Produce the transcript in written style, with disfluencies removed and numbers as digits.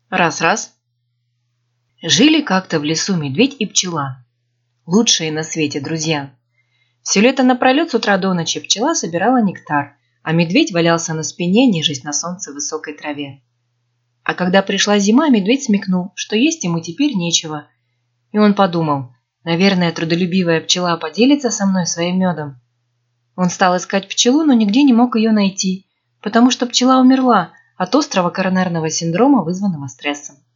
Раз-раз. Жили как-то в лесу медведь и пчела. Лучшие на свете друзья. Все лето напролет с утра до ночи пчела собирала нектар, а медведь валялся на спине, нежесть на солнце в высокой траве. А когда пришла зима, медведь смекнул, что есть ему теперь нечего. И он подумал, наверное, трудолюбивая пчела поделится со мной своим медом. Он стал искать пчелу, но нигде не мог ее найти, потому что пчела умерла от острого коронарного синдрома, вызванного стрессом.